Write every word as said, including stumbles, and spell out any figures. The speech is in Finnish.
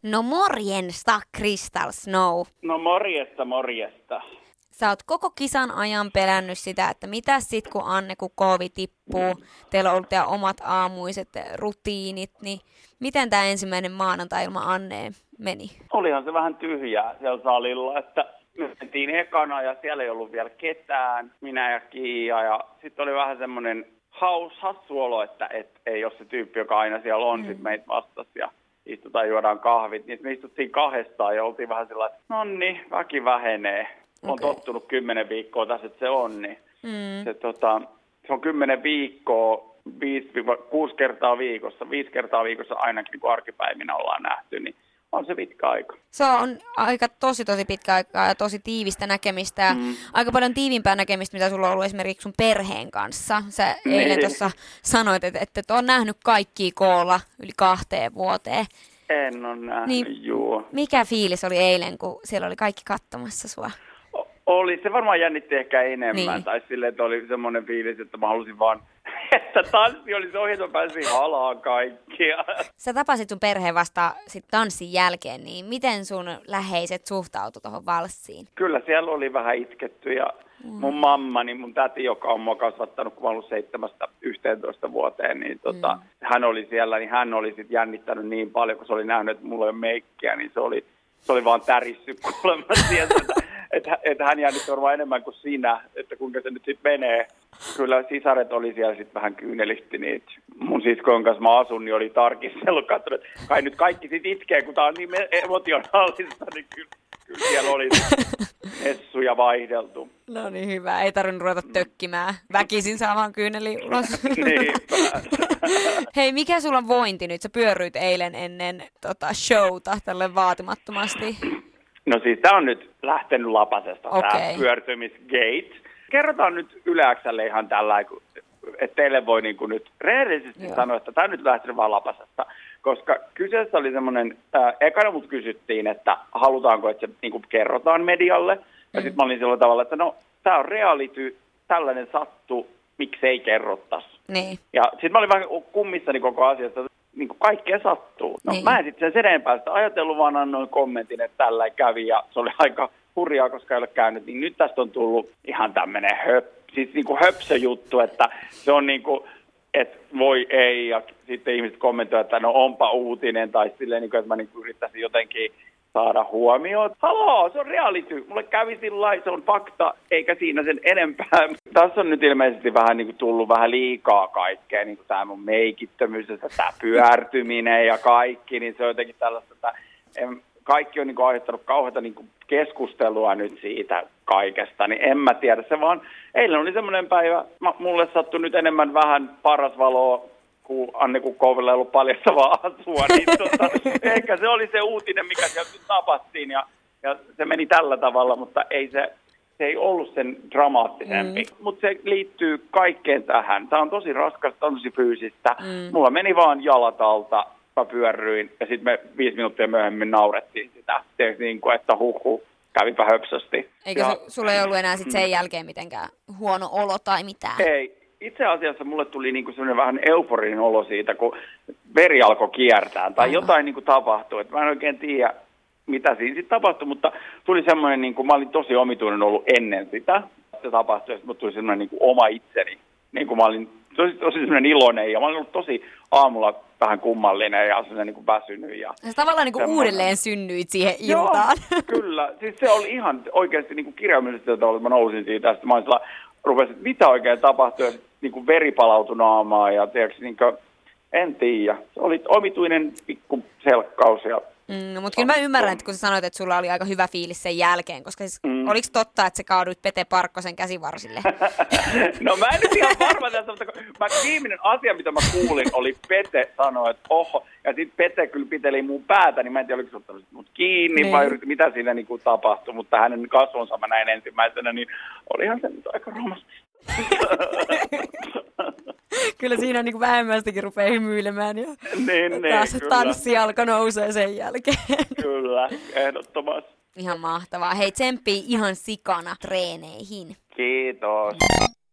No morjensta, Crystal Snow. No morjesta, morjesta. Sä oot koko kisan ajan pelännyt sitä, että mitä sit kun Anne, kun koovi tippuu, teillä on ollut teidän omat aamuiset rutiinit, niin miten tämä ensimmäinen maanantai ilman Annea meni? Olihan se vähän tyhjää siellä salilla, että me mentiin ekana ja siellä ei ollut vielä ketään, minä ja Kiia, ja sitten oli vähän semmoinen haus, hassu olo, että et ei ole se tyyppi, joka aina siellä on, mm. sitten meitä vastasi ja istutaan juodaan kahvit, niin me istuttiin kahdestaan ja oltiin vähän sellainen, että no niin, väki vähenee. On okay. Tottunut kymmenen viikkoa tässä, että se on, niin mm. se, tota, se on kymmenen viikkoa, viisi, kuusi kertaa viikossa, viisi kertaa viikossa ainakin, kun arkipäivinä ollaan nähty, niin on se pitkä aika. Se on aika tosi tosi pitkä aikaa ja tosi tiivistä näkemistä ja mm. aika paljon tiivimpää näkemistä, mitä sulla on ollut esimerkiksi sun perheen kanssa. Sä niin. eilen tuossa sanoit, että, että et on nähnyt kaikkia koolla yli kahteen vuoteen. En ole nähnyt, niin, juu. Mikä fiilis oli eilen, kun siellä oli kaikki katsomassa sua? Oli, se varmaan jännitti ehkä enemmän, niin. Tai silleen, että oli semmoinen fiilis, että mä halusin vaan, että tanssi olisi ohi, että pääsin halaan kaikkia. Sä tapasit sun perheen vasta sit tanssin jälkeen, niin miten sun läheiset suhtautu tuohon valssiin? Kyllä siellä oli vähän itketty ja mm. mun mamma, niin mun täti, joka on mua kasvattanut, kun mä ollut seitsemästä yhteentoista vuoteen, niin tota, mm. hän oli siellä, niin hän oli sit jännittänyt niin paljon, kun se oli nähnyt, että mulla ei ole meikkiä, niin se oli, se oli vaan tärissyt kuulemma sieltä. Että et hän jännitti varmaan enemmän kuin sinä, että kuinka se nyt sitten menee. Kyllä sisaret oli siellä sitten vähän kyynelisti niitä. Mun siskon kanssa mä asun, niin oli tarkistellut, katsonut, että kai nyt kaikki sitten itkee, kun tää on niin emotionaalista, niin kyllä, kyllä siellä oli messuja vaihdeltu. No niin hyvä, ei tarvinnut ruveta tökkimään. Väkisin saamaan kyyneli ulos. Niinpä. Hei, mikä sulla on vointi nyt? Sä pyörryit eilen ennen tota, showta tälle vaatimattomasti. No siis tää on nyt lähtenyt lapasesta, okay. Tää pyörtymisgate. Kerrotaan nyt Yle-X:lle ihan tällä, että teille voi niin kuin nyt rehellisesti sanoa, että tää on nyt lähtenyt vaan lapasesta. Koska kyseessä oli semmoinen, äh, ekana mut kysyttiin, että halutaanko, että se niin kuin kerrotaan medialle. Ja mm. sit mä olin sillä tavalla, että no tää on reality, tällainen sattuu, miksei kerrottaisi. Niin. Ja sit mä olin vähän kummissani koko asiasta. Niin kuin kaikkea sattuu. No, niin. Mä en sitten sen enempää sitä ajatellut, vaan annoin kommentin, että tällä kävi, ja se oli aika hurjaa, koska ei ole käynyt. Niin nyt tästä on tullut ihan tämmöinen höp, siis niin kuin höpsöjuttu, että se on niin kuin, että voi ei, ja sitten ihmiset kommentoivat, että no onpa uutinen, tai silleen, niin kuin, että mä niin kuin yrittäisin jotenkin saada huomioon. Haloo, se on reality. Mulle kävi sillä se on fakta, eikä siinä sen enempää. Tässä on nyt ilmeisesti vähän niin kuin tullut vähän liikaa kaikkea, niin kuin tämä mun meikittömyys, tämä pyörtyminen ja kaikki, niin se on jotenkin tällaista, että en, kaikki on niin kuin aiheuttanut kauheata niin kuin keskustelua nyt siitä kaikesta, niin en mä tiedä. Se vaan, eilen oli semmoinen päivä, mulle sattui nyt enemmän vähän paras valoa, kun Anne Kukovilla ei ollut paljastavaa asua, niin tota, ehkä se oli se uutinen, mikä sieltä napattiin, ja, ja se meni tällä tavalla, mutta ei se, se ei ollut sen dramaattisempi. Mm. Mutta se liittyy kaikkeen tähän. Tämä on tosi raskasta, tosi fyysistä. Mm. Mulla meni vaan jalat alta, mä pyörryin, ja sitten me viisi minuuttia myöhemmin naurettiin sitä. Tiedätkö, niin kuin, että huhu, kävipä höpsösti. Eikö ja, su, sulla ei ollut enää sit sen jälkeen mitenkään huono olo tai mitään? Ei. Itse asiassa mulle tuli niinku semmoinen vähän euforinen olo siitä, kun veri alkoi kiertää tai jotain niinku tapahtui. Et mä en oikein tiedä, mitä siinä sitten tapahtui, mutta tuli semmoinen, niinku, mä olin tosi omituinen ollut ennen sitä. Se tapahtui ja sitten tuli semmoinen niinku oma itseni. Niinku mä olin tosi, tosi semmoinen iloinen ja mä olin ollut tosi aamulla vähän kummallinen ja semmoinen niinku väsynyt. Ja sä tavallaan niinku uudelleen synnyit siihen iltaan. Joo, kyllä. Siis se oli ihan oikeasti niinku kirjaimellisesti tavalla, että mä nousin siitä ja sitten mä olin sillä, rupesin, että mitä oikein tapahtui, ja sitten niin veri palautui naamaan, ja tiedätkö, niin kuin, en tiedä. Se oli omituinen pikku selkkaus. Ja mm, mutta kyllä mä ymmärrän, että kun sä sanoit, että sulla oli aika hyvä fiilis sen jälkeen, koska siis mm. oliko totta, että sä kaaduit Pete Parkkosen käsivarsille? No mä en nyt ihan varma tästä, mutta mä, viimeinen asia, mitä mä kuulin, oli Pete sanoi, että oho, ja sitten Pete kyllä piteli mun päätä, niin mä en tiedä, oliko se ottanut mut kiinni, niin. vai yritin, mitä siinä niin kuin tapahtui, mutta hänen kasvonsa mä näin ensimmäisenä, niin olihan se nyt aika romastista. Kyllä siinä niin vähemmästäkin rupeaa hymyilemään ja niin, taas niin, tanssi alkoi nousee sen jälkeen. Kyllä, ehdottomasti. Ihan mahtavaa. Hei, tsemppii ihan sikana treeneihin. Kiitos.